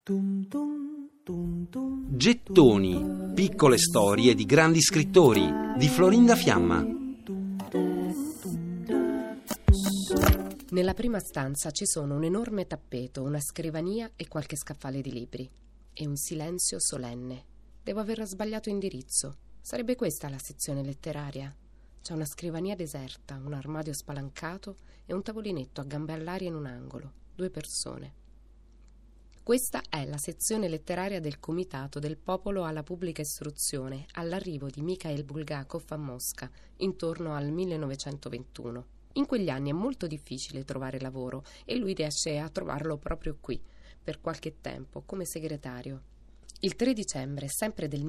Gettoni, piccole storie di grandi scrittori di Florinda Fiamma. Nella prima stanza ci sono un enorme tappeto, una scrivania e qualche scaffale di libri. E un silenzio solenne. Devo aver sbagliato indirizzo. Sarebbe questa la sezione letteraria? C'è una scrivania deserta, un armadio spalancato e un tavolinetto a gambe all'aria in un angolo. 2 persone. Questa è la sezione letteraria del Comitato del Popolo alla Pubblica Istruzione all'arrivo di Mikhail Bulgakov a Mosca, intorno al 1921. In quegli anni è molto difficile trovare lavoro e lui riesce a trovarlo proprio qui, per qualche tempo, come segretario. Il 3 dicembre, sempre del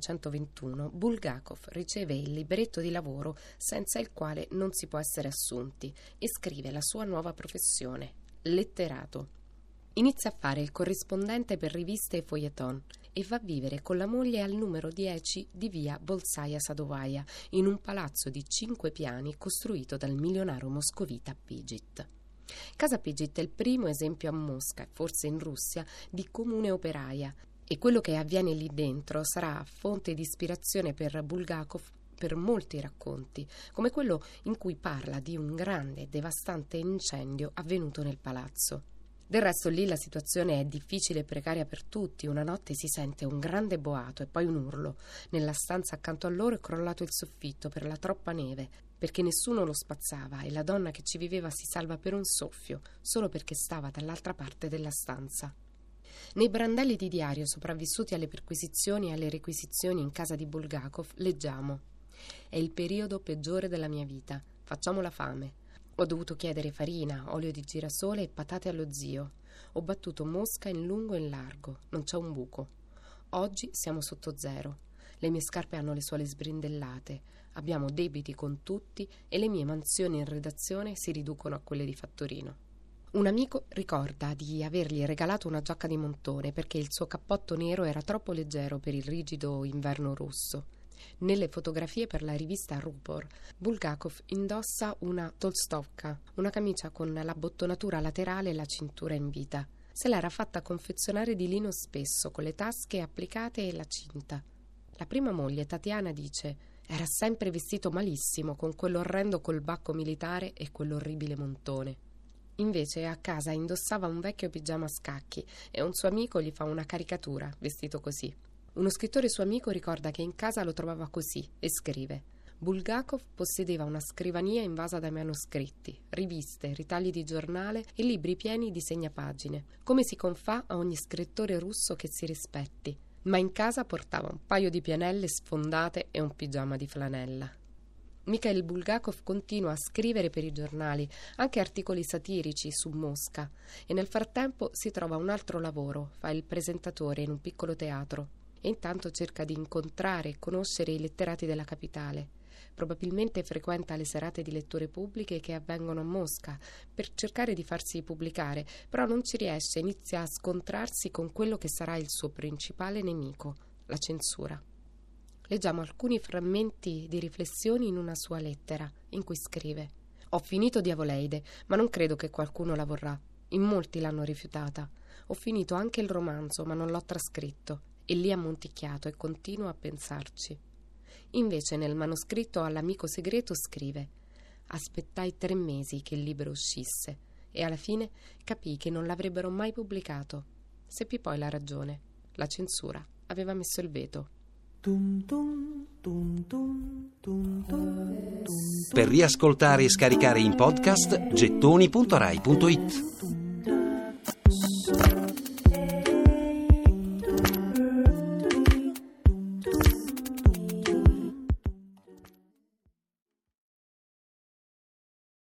1921, Bulgakov riceve il libretto di lavoro senza il quale non si può essere assunti e scrive la sua nuova professione, letterato. Inizia a fare il corrispondente per riviste e feuilleton e va a vivere con la moglie al numero 10 di via Bolsaia Sadovaia, in un palazzo di 5 piani costruito dal milionario moscovita Pigit. Casa Pigit è il primo esempio a Mosca, forse in Russia, di comune operaia, e quello che avviene lì dentro sarà fonte di ispirazione per Bulgakov per molti racconti, come quello in cui parla di un grande e devastante incendio avvenuto nel palazzo. Del resto lì la situazione è difficile e precaria per tutti. Una notte si sente un grande boato e poi un urlo. Nella stanza accanto a loro è crollato il soffitto per la troppa neve, perché nessuno lo spazzava e la donna che ci viveva si salva per un soffio, solo perché stava dall'altra parte della stanza. Nei brandelli di diario sopravvissuti alle perquisizioni e alle requisizioni in casa di Bulgakov leggiamo: «È il periodo peggiore della mia vita. Facciamo la fame. Ho dovuto chiedere farina, olio di girasole e patate allo zio. Ho battuto Mosca in lungo e in largo. Non c'è un buco. Oggi siamo sotto zero. Le mie scarpe hanno le suole sbrindellate. Abbiamo debiti con tutti e le mie mansioni in redazione si riducono a quelle di fattorino». Un amico ricorda di avergli regalato una giacca di montone perché il suo cappotto nero era troppo leggero per il rigido inverno russo. Nelle fotografie per la rivista Rupor, Bulgakov indossa una tolstovka, una camicia con la bottonatura laterale e la cintura in vita. Se l'era fatta confezionare di lino spesso, con le tasche applicate e la cinta. La prima moglie, Tatiana, dice: «Era sempre vestito malissimo, con quell'orrendo colbacco militare e quell'orribile montone». Invece a casa indossava un vecchio pigiama a scacchi e un suo amico gli fa una caricatura vestito così. Uno scrittore suo amico ricorda che in casa lo trovava così e scrive: «Bulgakov possedeva una scrivania invasa da manoscritti, riviste, ritagli di giornale e libri pieni di segnapagine, come si confà a ogni scrittore russo che si rispetti, ma in casa portava un paio di pianelle sfondate e un pigiama di flanella». Mikhail Bulgakov continua a scrivere per i giornali, anche articoli satirici su Mosca, e nel frattempo si trova un altro lavoro, fa il presentatore in un piccolo teatro. E intanto cerca di incontrare e conoscere i letterati della capitale. Probabilmente frequenta le serate di letture pubbliche che avvengono a Mosca per cercare di farsi pubblicare, però non ci riesce, inizia a scontrarsi con quello che sarà il suo principale nemico, la censura. Leggiamo alcuni frammenti di riflessioni in una sua lettera, in cui scrive: «Ho finito Diavoleide, ma non credo che qualcuno la vorrà. In molti l'hanno rifiutata. Ho finito anche il romanzo, ma non l'ho trascritto. E lì ammonticchiato e continuo a pensarci». Invece nel manoscritto all'amico segreto scrive: «Aspettai 3 mesi che il libro uscisse e alla fine capii che non l'avrebbero mai pubblicato. Seppi poi la ragione. La censura aveva messo il veto». Per riascoltare e scaricare in podcast gettoni.rai.it.